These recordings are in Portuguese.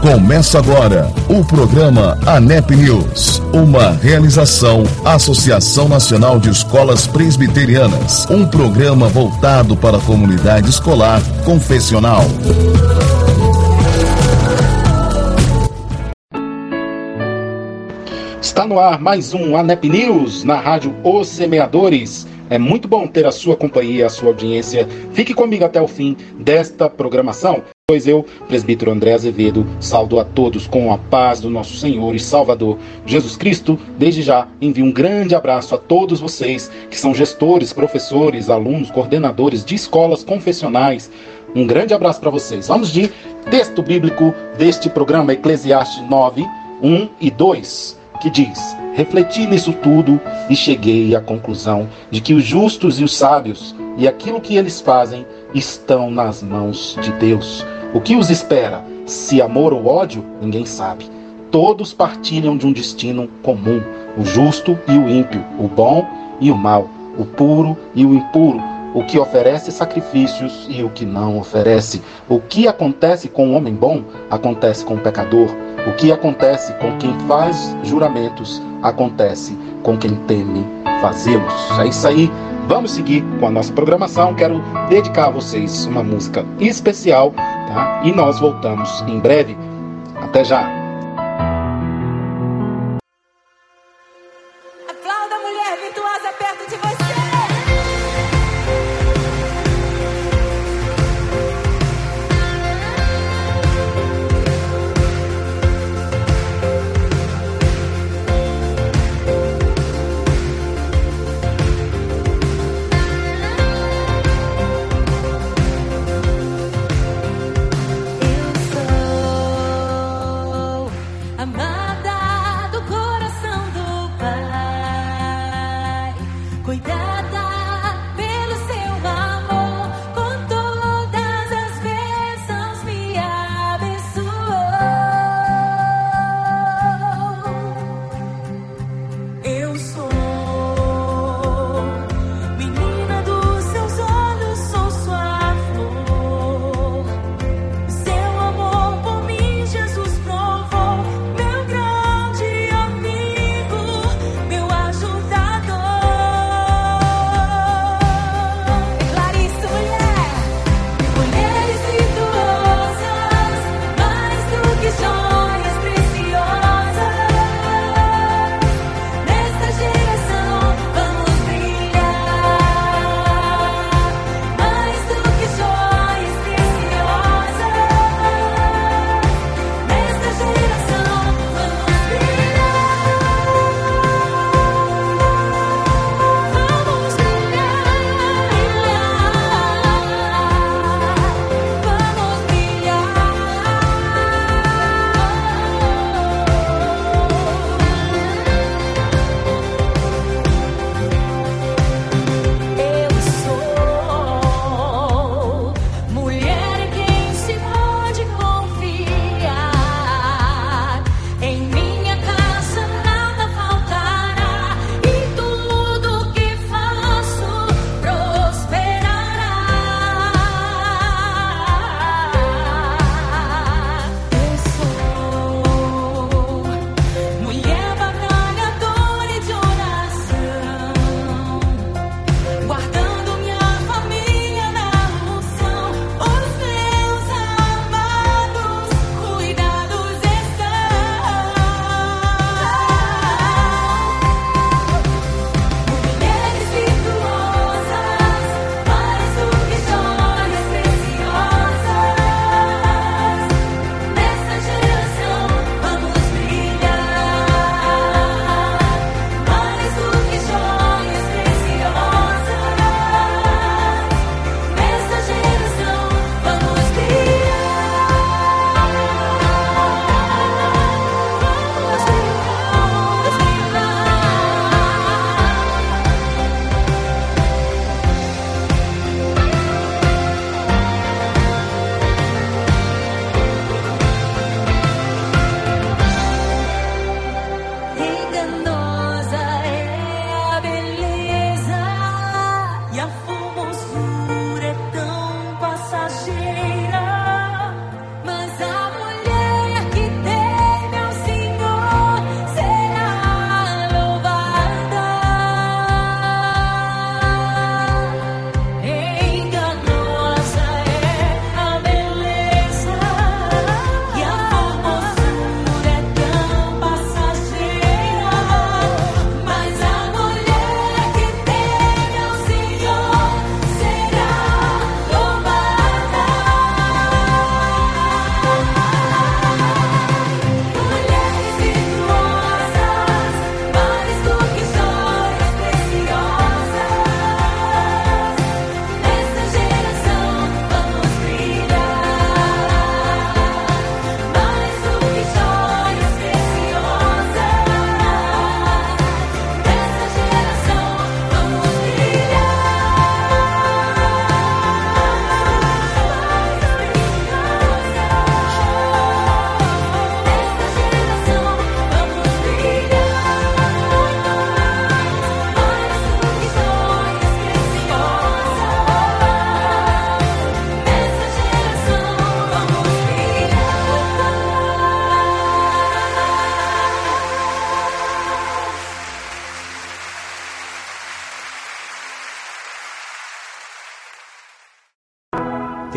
Começa agora o programa ANEP News, uma realização Associação Nacional de Escolas Presbiterianas, um programa voltado para a comunidade escolar confessional. Está no ar mais um ANEP News na rádio Os Semeadores. É muito bom ter a sua companhia, a sua audiência. Fique comigo até o fim desta programação, pois eu, presbítero André Azevedo, saúdo a todos com a paz do nosso Senhor e Salvador Jesus Cristo. Desde já envio um grande abraço a todos vocês que são gestores, professores, alunos, coordenadores de escolas confessionais. Um grande abraço para vocês. Vamos de texto bíblico deste programa, Eclesiastes 9, 1 e 2, que diz: refleti nisso tudo e cheguei à conclusão de que os justos e os sábios e aquilo que eles fazem estão nas mãos de Deus. O que os espera, se amor ou ódio, ninguém sabe. Todos partilham de um destino comum, o justo e o ímpio, o bom e o mal, o puro e o impuro, o que oferece sacrifícios e o que não oferece. O que acontece com o homem bom, acontece com o pecador. O que acontece com quem faz juramentos, acontece com quem teme fazê-los. É isso aí. Vamos seguir com a nossa programação. Quero dedicar a vocês uma música especial, tá? E nós voltamos em breve. Até já. Aplauda a mulher virtuosa perto de você. Eu sou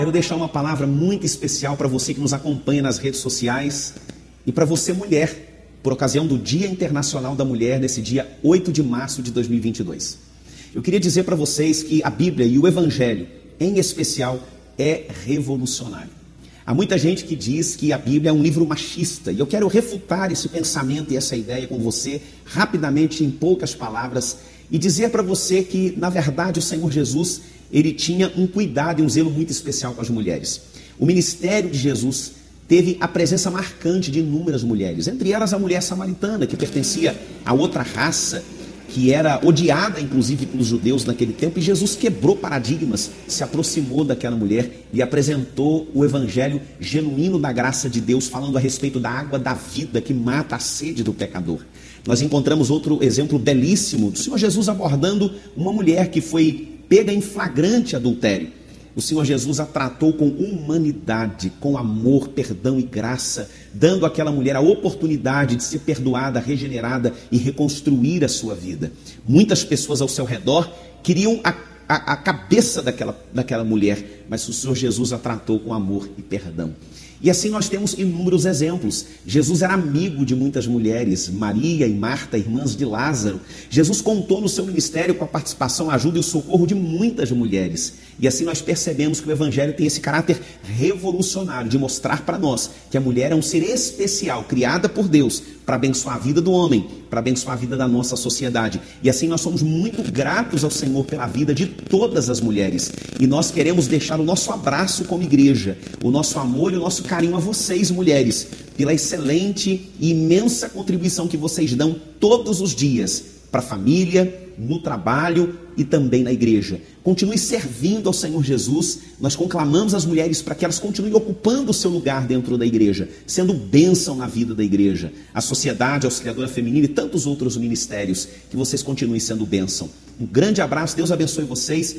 quero deixar uma palavra muito especial para você que nos acompanha nas redes sociais e para você, mulher, por ocasião do Dia Internacional da Mulher, nesse dia 8 de março de 2022. Eu queria dizer para vocês que a Bíblia e o Evangelho, em especial, é revolucionário. Há muita gente que diz que a Bíblia é um livro machista, e eu quero refutar esse pensamento e essa ideia com você, rapidamente, em poucas palavras, e dizer para você que, na verdade, o Senhor Jesus, ele tinha um cuidado e um zelo muito especial com as mulheres. O ministério de Jesus teve a presença marcante de inúmeras mulheres, entre elas a mulher samaritana, que pertencia a outra raça, que era odiada, inclusive, pelos judeus naquele tempo, e Jesus quebrou paradigmas, se aproximou daquela mulher e apresentou o evangelho genuíno da graça de Deus, falando a respeito da água da vida que mata a sede do pecador. Nós encontramos outro exemplo belíssimo do Senhor Jesus abordando uma mulher que foi pega em flagrante adultério. O Senhor Jesus a tratou com humanidade, com amor, perdão e graça, dando àquela mulher a oportunidade de ser perdoada, regenerada e reconstruir a sua vida. Muitas pessoas ao seu redor queriam a cabeça daquela mulher, mas o Senhor Jesus a tratou com amor e perdão. E assim nós temos inúmeros exemplos. Jesus era amigo de muitas mulheres, Maria e Marta, irmãs de Lázaro. Jesus contou no seu ministério com a participação, a ajuda e o socorro de muitas mulheres. E assim nós percebemos que o evangelho tem esse caráter revolucionário de mostrar para nós que a mulher é um ser especial, criada por Deus, para abençoar a vida do homem, para abençoar a vida da nossa sociedade. E assim nós somos muito gratos ao Senhor pela vida de todas as mulheres. E nós queremos deixar o nosso abraço como igreja, o nosso amor e o nosso carinho a vocês, mulheres, pela excelente e imensa contribuição que vocês dão todos os dias para a família, no trabalho e também na igreja. Continue servindo ao Senhor Jesus. Nós conclamamos as mulheres para que elas continuem ocupando o seu lugar dentro da igreja, sendo bênção na vida da igreja. A Sociedade Auxiliadora Feminina e tantos outros ministérios, que vocês continuem sendo bênção. Um grande abraço, Deus abençoe vocês.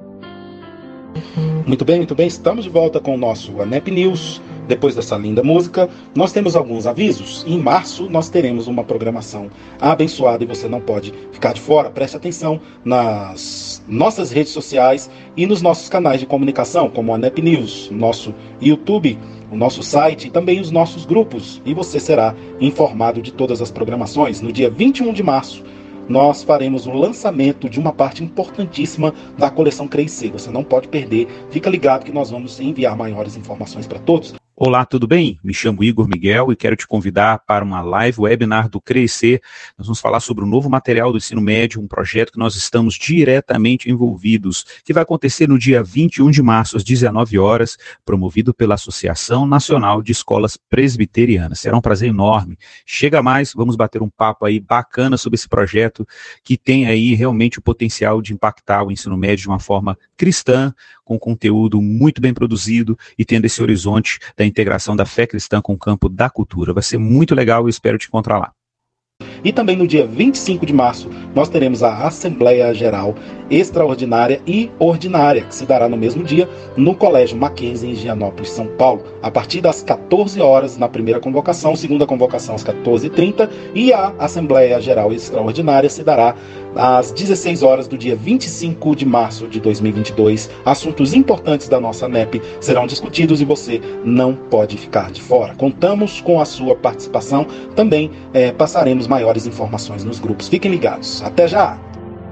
Muito bem, estamos de volta com o nosso ANEP News. Depois dessa linda música, nós temos alguns avisos. Em março, nós teremos uma programação abençoada e você não pode ficar de fora. Preste atenção nas nossas redes sociais e nos nossos canais de comunicação, como o ANEP News, nosso YouTube, o nosso site e também os nossos grupos. E você será informado de todas as programações. No dia 21 de março, nós faremos o lançamento de uma parte importantíssima da coleção Crescer. Você não pode perder. Fica ligado que nós vamos enviar maiores informações para todos. Olá, tudo bem? Me chamo Igor Miguel e quero te convidar para uma live webinar do Crescer. Nós vamos falar sobre o novo material do ensino médio, um projeto que nós estamos diretamente envolvidos, que vai acontecer no dia 21 de março, às 19 horas, promovido pela Associação Nacional de Escolas Presbiterianas. Será um prazer enorme. Chega mais, vamos bater um papo aí bacana sobre esse projeto que tem aí realmente o potencial de impactar o ensino médio de uma forma cristã, com conteúdo muito bem produzido e tendo esse horizonte da integração da fé cristã com o campo da cultura. Vai ser muito legal e espero te encontrar lá. E também no dia 25 de março, nós teremos a Assembleia Geral Extraordinária e Ordinária, que se dará no mesmo dia no Colégio Mackenzie, em Gianópolis, São Paulo, a partir das 14 horas na primeira convocação, segunda convocação às 14h30, e a Assembleia Geral Extraordinária se dará às 16 horas do dia 25 de março de 2022. Assuntos importantes da nossa ANEP serão discutidos e você não pode ficar de fora. Contamos com a sua participação. Também passaremos maiores informações nos grupos. Fiquem ligados. Até já!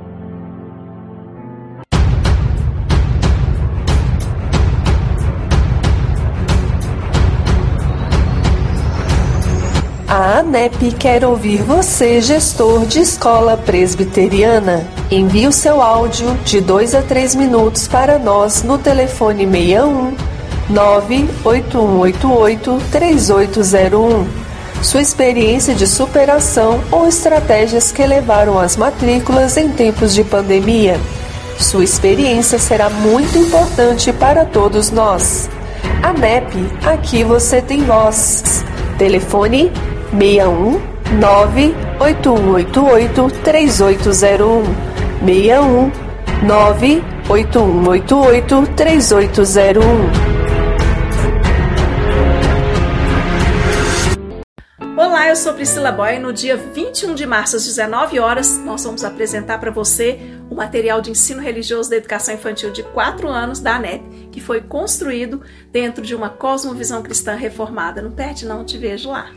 A ANEP quer ouvir você, gestor de escola presbiteriana. Envie o seu áudio de 2 a 3 minutos para nós no telefone 61 98188 3801. Sua experiência de superação ou estratégias que levaram às matrículas em tempos de pandemia. Sua experiência será muito importante para todos nós. ANEP, aqui você tem voz. Telefone 61 98188 3801. 61 98188 3801. Olá, eu sou Priscila Boy. No dia 21 de março, às 19 horas, nós vamos apresentar para você o material de ensino religioso da educação infantil de 4 anos da ANEP, que foi construído dentro de uma cosmovisão cristã reformada. Não perde não, te vejo lá.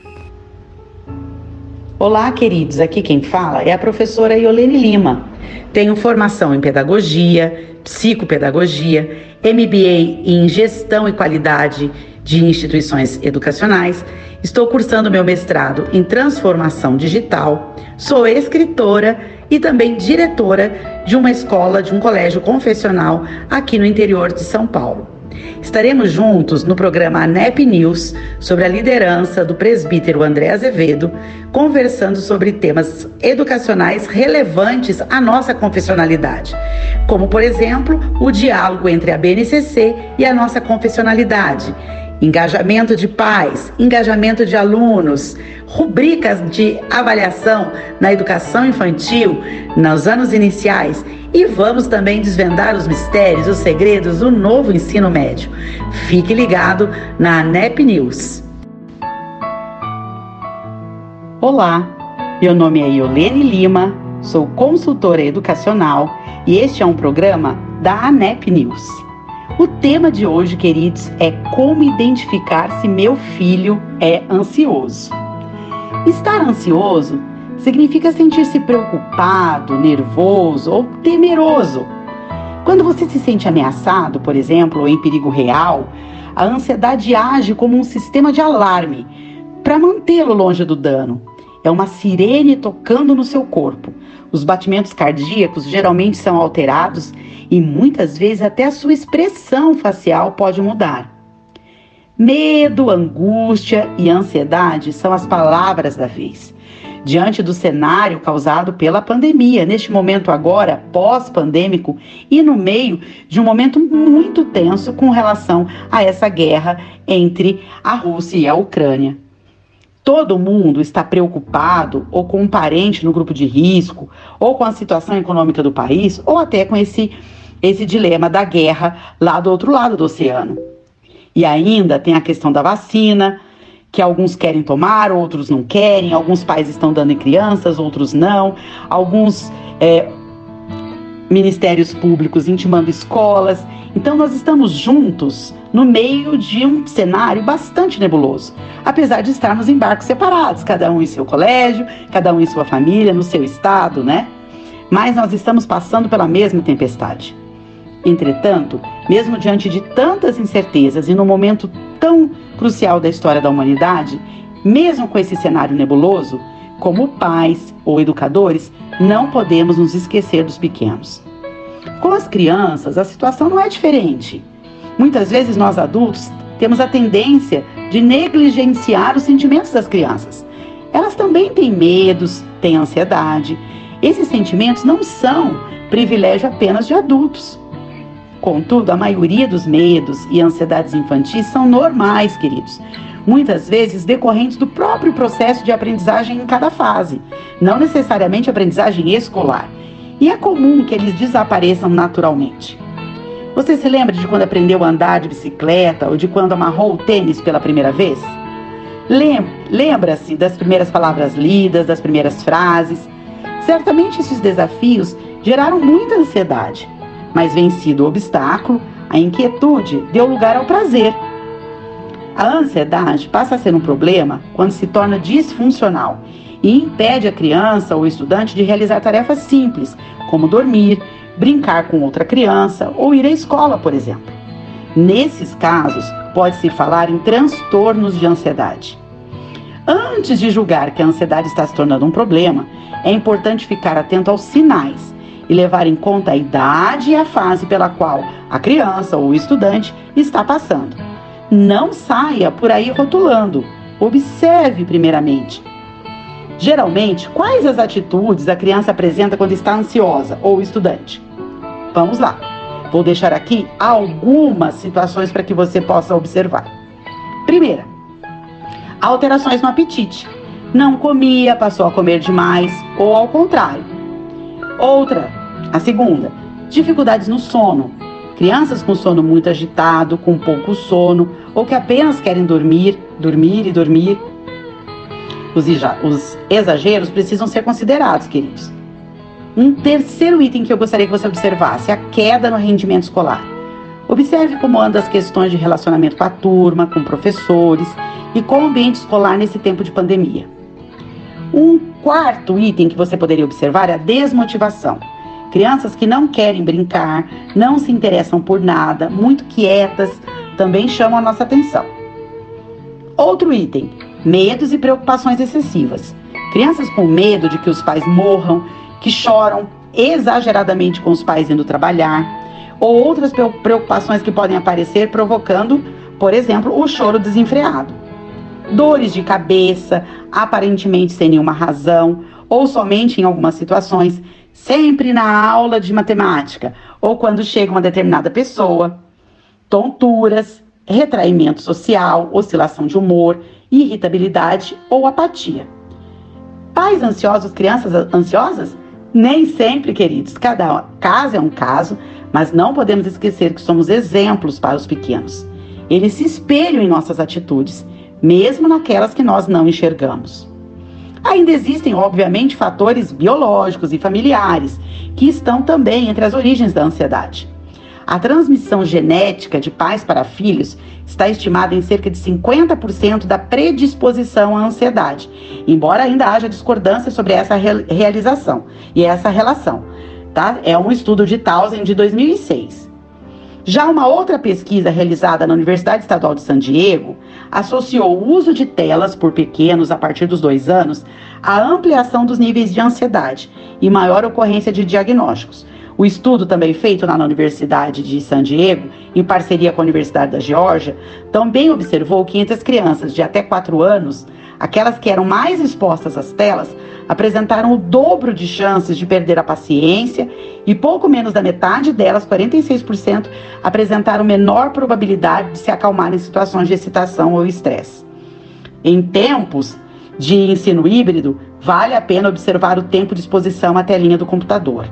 Olá, queridos, aqui quem fala é a professora Iolene Lima. Tenho formação em pedagogia, psicopedagogia, MBA em gestão e qualidade de instituições educacionais. Estou cursando meu mestrado em transformação digital. Sou escritora e também diretora de uma escola, de um colégio confessional aqui no interior de São Paulo. Estaremos juntos no programa ANEP News sobre a liderança do presbítero André Azevedo, conversando sobre temas educacionais relevantes à nossa confessionalidade, como, por exemplo, o diálogo entre a BNCC e a nossa confessionalidade, engajamento de pais, engajamento de alunos, rubricas de avaliação na educação infantil nos anos iniciais e vamos também desvendar os mistérios, os segredos do novo ensino médio. Fique ligado na ANEP News. Olá, meu nome é Iolene Lima, sou consultora educacional e este é um programa da ANEP News. O tema de hoje, queridos, é como identificar se meu filho é ansioso. Estar ansioso significa sentir-se preocupado, nervoso ou temeroso. Quando você se sente ameaçado, por exemplo, ou em perigo real, a ansiedade age como um sistema de alarme para mantê-lo longe do dano. É uma sirene tocando no seu corpo. Os batimentos cardíacos geralmente são alterados e muitas vezes até a sua expressão facial pode mudar. Medo, angústia e ansiedade são as palavras da vez. Diante do cenário causado pela pandemia, neste momento agora, pós-pandêmico, e no meio de um momento muito tenso com relação a essa guerra entre a Rússia e a Ucrânia. Todo mundo está preocupado ou com um parente no grupo de risco, ou com a situação econômica do país, ou até com esse dilema da guerra lá do outro lado do oceano. E ainda tem a questão da vacina, que alguns querem tomar, outros não querem, alguns pais estão dando em crianças, outros não, alguns ministérios públicos intimando escolas. Então nós estamos juntos no meio de um cenário bastante nebuloso, apesar de estarmos em barcos separados, cada um em seu colégio, cada um em sua família, no seu estado, né? Mas nós estamos passando pela mesma tempestade. Entretanto, mesmo diante de tantas incertezas e no momento tão crucial da história da humanidade, mesmo com esse cenário nebuloso, como pais ou educadores, não podemos nos esquecer dos pequenos. Com as crianças, a situação não é diferente. Muitas vezes nós adultos temos a tendência de negligenciar os sentimentos das crianças. Elas também têm medos, têm ansiedade. Esses sentimentos não são privilégio apenas de adultos. Contudo, a maioria dos medos e ansiedades infantis são normais, queridos. Muitas vezes decorrentes do próprio processo de aprendizagem em cada fase, não necessariamente aprendizagem escolar. E é comum que eles desapareçam naturalmente. Você se lembra de quando aprendeu a andar de bicicleta ou de quando amarrou o tênis pela primeira vez? Lembra-se das primeiras palavras lidas, das primeiras frases? Certamente esses desafios geraram muita ansiedade. Mas vencido o obstáculo, a inquietude deu lugar ao prazer. A ansiedade passa a ser um problema quando se torna disfuncional e impede a criança ou estudante de realizar tarefas simples, como dormir, brincar com outra criança ou ir à escola, por exemplo. Nesses casos, pode-se falar em transtornos de ansiedade. Antes de julgar que a ansiedade está se tornando um problema, é importante ficar atento aos sinais e levar em conta a idade e a fase pela qual a criança ou o estudante está passando. Não saia por aí rotulando. Observe primeiramente. Geralmente, quais as atitudes a criança apresenta quando está ansiosa ou o estudante? Vamos lá. Vou deixar aqui algumas situações para que você possa observar. Primeira, alterações no apetite. Não comia, passou a comer demais ou ao contrário. Outra, a segunda, dificuldades no sono. Crianças com sono muito agitado, com pouco sono, ou que apenas querem dormir. Os exageros precisam ser considerados, queridos. Um terceiro item que eu gostaria que você observasse, a queda no rendimento escolar. Observe como andam as questões de relacionamento com a turma, com professores e com o ambiente escolar nesse tempo de pandemia. Um quarto item que você poderia observar é a desmotivação. Crianças que não querem brincar, não se interessam por nada, muito quietas, também chamam a nossa atenção. Outro item, medos e preocupações excessivas. Crianças com medo de que os pais morram, que choram exageradamente com os pais indo trabalhar, ou outras preocupações que podem aparecer provocando, por exemplo, o choro desenfreado. Dores de cabeça, aparentemente sem nenhuma razão, ou somente em algumas situações, sempre na aula de matemática, ou quando chega uma determinada pessoa. Tonturas, retraimento social, oscilação de humor, irritabilidade ou apatia. Pais ansiosos, crianças ansiosas? Nem sempre, queridos. Cada caso é um caso, mas não podemos esquecer que somos exemplos para os pequenos. Eles se espelham em nossas atitudes, mesmo naquelas que nós não enxergamos. Ainda existem, obviamente, fatores biológicos e familiares, que estão também entre as origens da ansiedade. A transmissão genética de pais para filhos está estimada em cerca de 50% da predisposição à ansiedade, embora ainda haja discordância sobre essa realização e essa relação. Tá? É um estudo de Townsend de 2006. Já uma outra pesquisa realizada na Universidade Estadual de San Diego associou o uso de telas por pequenos a partir dos 2 anos à ampliação dos níveis de ansiedade e maior ocorrência de diagnósticos. O estudo, também feito na Universidade de San Diego, em parceria com a Universidade da Geórgia, também observou que entre as crianças de até 4 anos, aquelas que eram mais expostas às telas, apresentaram o dobro de chances de perder a paciência e pouco menos da metade delas, 46%, apresentaram menor probabilidade de se acalmar em situações de excitação ou estresse. Em tempos de ensino híbrido, vale a pena observar o tempo de exposição à telinha do computador.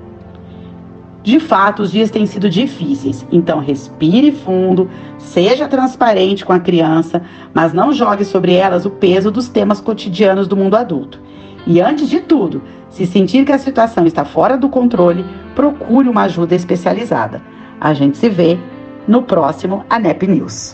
De fato, os dias têm sido difíceis, então respire fundo, seja transparente com a criança, mas não jogue sobre elas o peso dos temas cotidianos do mundo adulto. E antes de tudo, se sentir que a situação está fora do controle, procure uma ajuda especializada. A gente se vê no próximo ANEP News.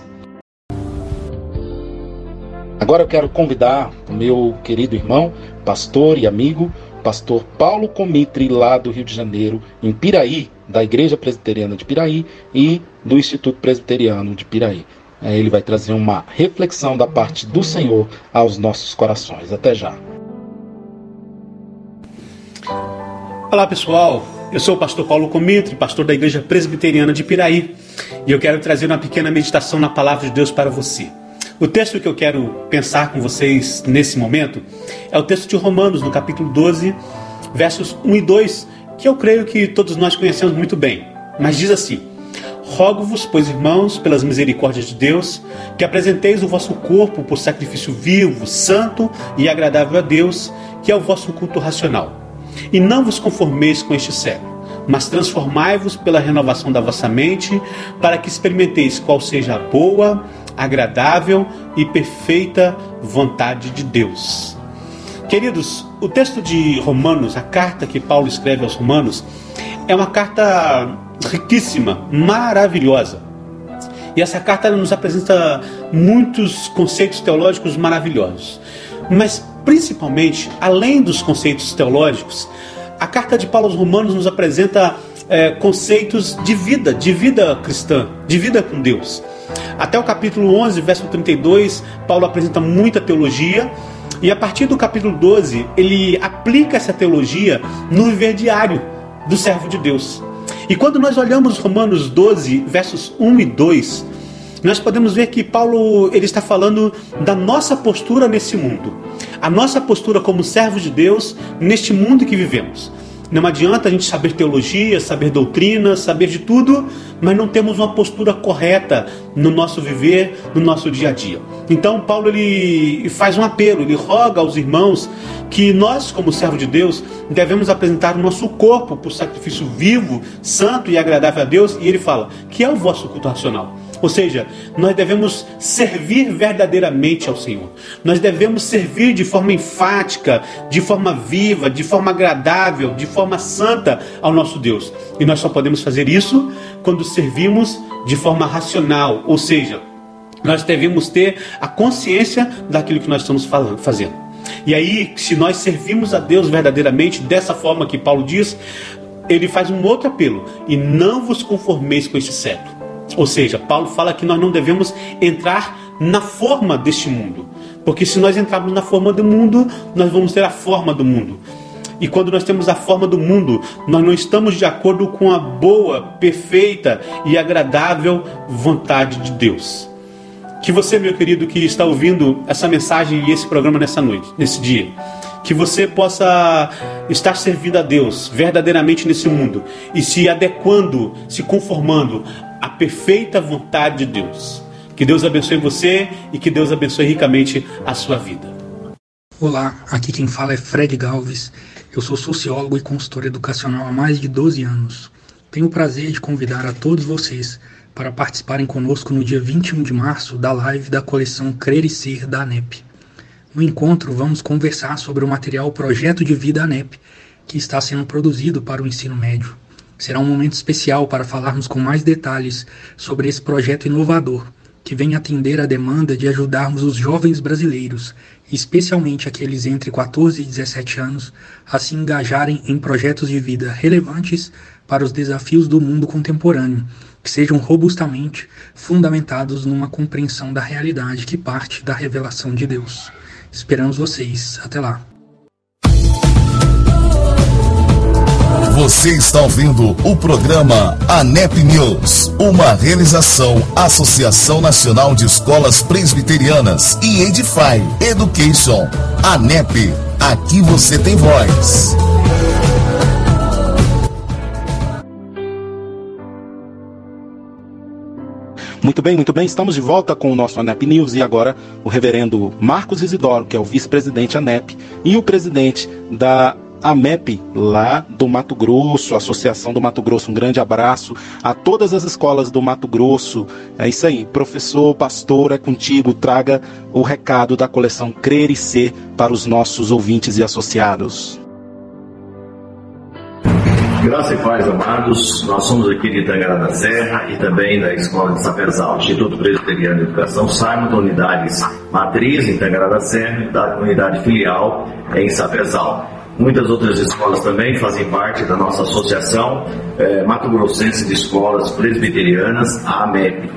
Agora eu quero convidar o meu querido irmão, pastor e amigo, pastor Paulo Comitri, lá do Rio de Janeiro, em Piraí, da Igreja Presbiteriana de Piraí e do Instituto Presbiteriano de Piraí. Ele vai trazer uma reflexão da parte do Senhor aos nossos corações. Até já. Olá pessoal, eu sou o pastor Paulo Comitri, pastor da Igreja Presbiteriana de Piraí, e eu quero trazer uma pequena meditação na Palavra de Deus para você. O texto que eu quero pensar com vocês nesse momento é o texto de Romanos, no capítulo 12, versos 1 e 2, que eu creio que todos nós conhecemos muito bem. Mas diz assim: rogo-vos, pois irmãos, pelas misericórdias de Deus, que apresenteis o vosso corpo por sacrifício vivo, santo e agradável a Deus, que é o vosso culto racional. E não vos conformeis com este século, mas transformai-vos pela renovação da vossa mente, para que experimenteis qual seja a boa, agradável e perfeita vontade de Deus. Queridos, o texto de Romanos, a carta que Paulo escreve aos Romanos, é uma carta riquíssima, maravilhosa. E essa carta nos apresenta muitos conceitos teológicos maravilhosos. Mas, principalmente, além dos conceitos teológicos, a carta de Paulo aos Romanos nos apresenta conceitos de vida cristã, de vida com Deus. Até o capítulo 11, verso 32, Paulo apresenta muita teologia, e a partir do capítulo 12, ele aplica essa teologia no viver diário do servo de Deus. E quando nós olhamos Romanos 12, versos 1 e 2, nós podemos ver que Paulo ele está falando da nossa postura nesse mundo. A nossa postura como servos de Deus neste mundo que vivemos. Não adianta a gente saber teologia, saber doutrina, saber de tudo, mas não temos uma postura correta no nosso viver, no nosso dia a dia. Então Paulo ele faz um apelo, ele roga aos irmãos que nós, como servos de Deus, devemos apresentar o nosso corpo por sacrifício vivo, santo e agradável a Deus, e ele fala que é o vosso culto racional. Ou seja, nós devemos servir verdadeiramente ao Senhor. Nós devemos servir de forma enfática, de forma viva, de forma agradável, de forma santa ao nosso Deus. E nós só podemos fazer isso quando servimos de forma racional. Ou seja, nós devemos ter a consciência daquilo que nós estamos fazendo. E aí, se nós servimos a Deus verdadeiramente, dessa forma que Paulo diz, ele faz um outro apelo: e não vos conformeis com este século. Ou seja, Paulo fala que nós não devemos entrar na forma deste mundo, porque se nós entrarmos na forma do mundo, nós vamos ter a forma do mundo. E quando nós temos a forma do mundo, nós não estamos de acordo com a boa, perfeita e agradável vontade de Deus. Que você, meu querido, que está ouvindo essa mensagem e esse programa nessa noite, nesse dia, que você possa estar servindo a Deus verdadeiramente nesse mundo e se adequando, se conformando à perfeita vontade de Deus. Que Deus abençoe você e que Deus abençoe ricamente a sua vida. Olá, aqui quem fala é Fred Galves. Eu sou sociólogo e consultor educacional há mais de 12 anos. Tenho o prazer de convidar a todos vocês para participarem conosco no dia 21 de março da live da coleção Crer e Ser da ANEP. No encontro, vamos conversar sobre o material Projeto de Vida ANEP, que está sendo produzido para o ensino médio. Será um momento especial para falarmos com mais detalhes sobre esse projeto inovador, que vem atender a demanda de ajudarmos os jovens brasileiros, especialmente aqueles entre 14 e 17 anos, a se engajarem em projetos de vida relevantes para os desafios do mundo contemporâneo, que sejam robustamente fundamentados numa compreensão da realidade que parte da revelação de Deus. Esperamos vocês. Até lá. Você está ouvindo o programa ANEP News, uma realização Associação Nacional de Escolas Presbiterianas e Edify Education. ANEP, aqui você tem voz. Muito bem, estamos de volta com o nosso ANEP News e agora o reverendo Marcos Isidoro, que é o vice-presidente ANEP e o presidente da AMEP lá do Mato Grosso, Associação do Mato Grosso. Um grande abraço a todas as escolas do Mato Grosso. É isso aí, professor, pastor, é contigo. Traga o recado da coleção Crer e Ser para os nossos ouvintes e associados. Graça e paz, amados. Nós somos aqui de Tangará da Serra e também da Escola de Sapezal, Instituto Presbiteriano de Educação Simon, da unidade matriz em Tangará da Serra e da unidade filial em Sapezal. Muitas outras escolas também fazem parte da nossa associação Mato Grossense de Escolas Presbiterianas, a AMEP.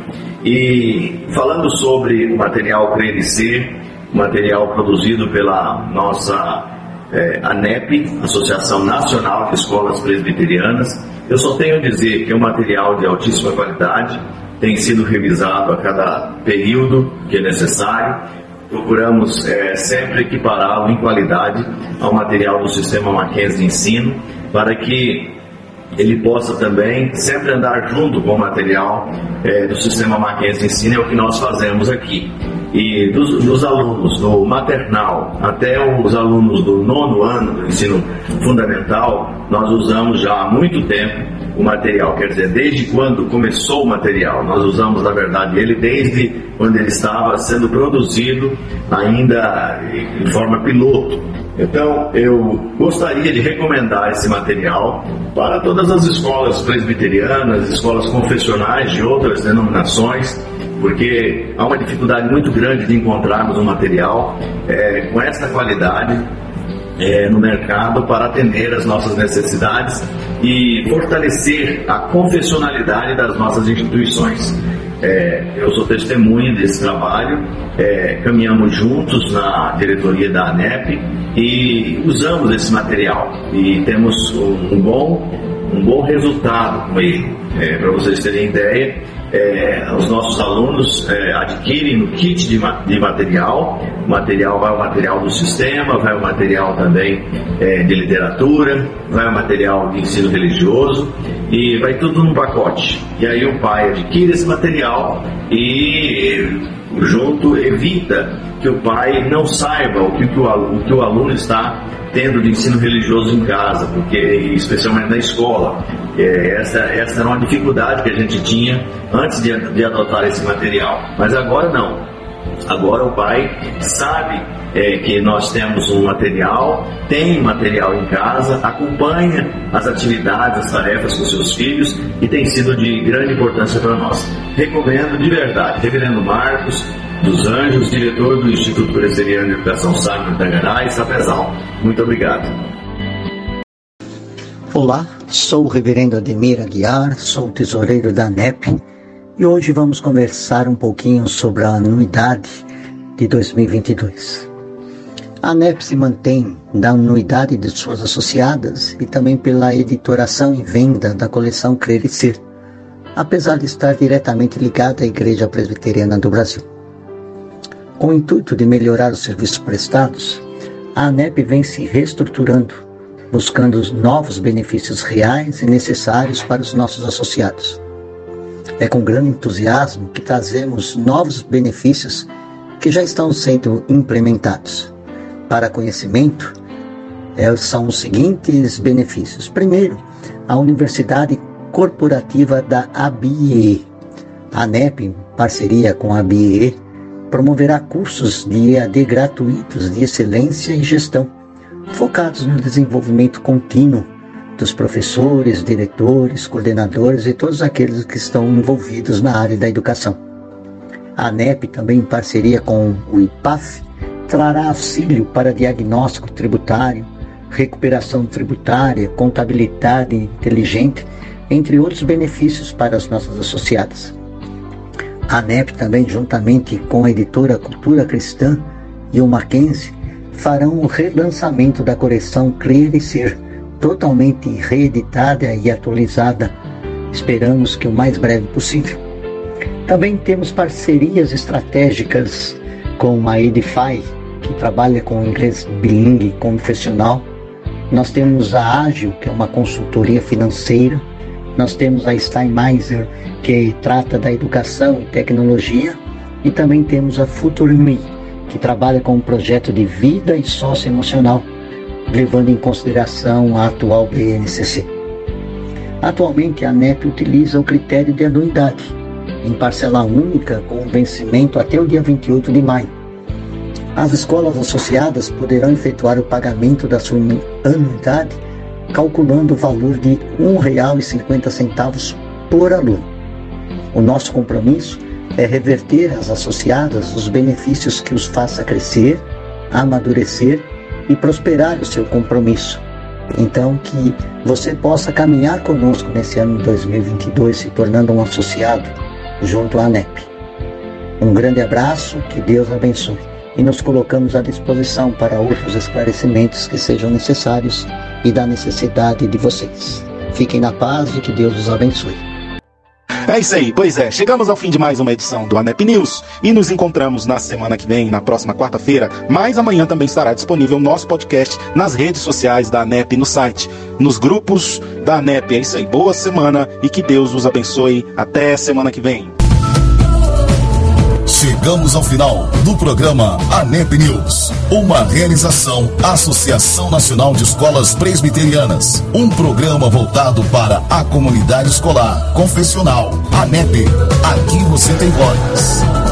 E falando sobre o material Crer e Ser, material produzido pela nossa ANEP, Associação Nacional de Escolas Presbiterianas, eu só tenho a dizer que é um material de altíssima qualidade, tem sido revisado a cada período que é necessário. Procuramos sempre equipará-lo em qualidade ao material do Sistema Mackenzie de Ensino, para que ele possa também sempre andar junto com o material do Sistema Mackenzie de Ensino. É o que nós fazemos aqui. E dos alunos do maternal até os alunos do 9º ano do ensino fundamental, nós usamos já há muito tempo o material. Quer dizer, desde quando começou o material, nós usamos, na verdade, ele desde quando ele estava sendo produzido ainda em forma piloto. Então, eu gostaria de recomendar esse material para todas as escolas presbiterianas, escolas confessionais de outras denominações, porque há uma dificuldade muito grande de encontrarmos um material com essa qualidade no mercado para atender as nossas necessidades e fortalecer a confessionalidade das nossas instituições. Eu sou testemunha desse trabalho, caminhamos juntos na diretoria da ANEP e usamos esse material e temos um bom resultado com ele. Para vocês terem ideia, os nossos alunos adquirem no kit de material. O material vai o material do sistema, vai o material também de literatura, vai o material de ensino religioso e vai tudo num pacote. E aí o pai adquire esse material e junto evita que o pai não saiba o que o aluno está tendo de ensino religioso em casa, porque especialmente na escola. Essa era uma dificuldade que a gente tinha antes de adotar esse material. Mas agora não. Agora o pai sabe que nós temos um material, tem material em casa, acompanha as atividades, as tarefas com seus filhos e tem sido de grande importância para nós. Recomendo de verdade. Reverendo Marcos dos Anjos, diretor do Instituto Presbiteriano de Educação Simon Tangará e Sapezal. Muito obrigado. Olá, sou o reverendo Ademir Aguiar, sou o tesoureiro da ANEP e hoje vamos conversar um pouquinho sobre a anuidade de 2022. A ANEP se mantém da anuidade de suas associadas e também pela editoração e venda da coleção Crer e Ser, apesar de estar diretamente ligada à Igreja Presbiteriana do Brasil. Com o intuito de melhorar os serviços prestados, a ANEP vem se reestruturando, buscando novos benefícios reais e necessários para os nossos associados. É com grande entusiasmo que trazemos novos benefícios que já estão sendo implementados. Para conhecimento, são os seguintes benefícios. Primeiro, a Universidade Corporativa da ABIE. A ANEP, em parceria com a ABIE, promoverá cursos de EAD gratuitos de excelência e gestão, focados no desenvolvimento contínuo dos professores, diretores, coordenadores e todos aqueles que estão envolvidos na área da educação. A ANEP, também em parceria com o IPAF, trará auxílio para diagnóstico tributário, recuperação tributária, contabilidade inteligente, entre outros benefícios para as nossas associadas. A ANEP também, juntamente com a editora Cultura Cristã e o Mackenzie, farão o relançamento da coleção Crer e Ser, totalmente reeditada e atualizada. Esperamos que o mais breve possível. Também temos parcerias estratégicas com a Edify, que trabalha com inglês bilingue confessional. Nós temos a Ágil, que é uma consultoria financeira. Nós temos a Steinmeiser, que trata da educação e tecnologia. E também temos a FutureMe, que trabalha com um projeto de vida e socioemocional, levando em consideração a atual BNCC. Atualmente, a ANEP utiliza o critério de anuidade, em parcela única, com vencimento até o dia 28 de maio. As escolas associadas poderão efetuar o pagamento da sua anuidade calculando o valor de R$ 1,50 por aluno. O nosso compromisso é reverter às associadas os benefícios que os faça crescer, amadurecer e prosperar o seu compromisso. Então, que você possa caminhar conosco nesse ano de 2022, se tornando um associado junto à ANEP. Um grande abraço, que Deus abençoe. E nos colocamos à disposição para outros esclarecimentos que sejam necessários e da necessidade de vocês. Fiquem na paz e que Deus os abençoe. É isso aí, pois é, chegamos ao fim de mais uma edição do ANEP News e nos encontramos na semana que vem, na próxima quarta-feira, mas amanhã também estará disponível o nosso podcast nas redes sociais da ANEP, no site, nos grupos da ANEP. É isso aí, boa semana e que Deus os abençoe. Até semana que vem. Chegamos ao final do programa ANEP News, uma realização Associação Nacional de Escolas Presbiterianas, um programa voltado para a comunidade escolar confessional. ANEP, aqui você tem voz.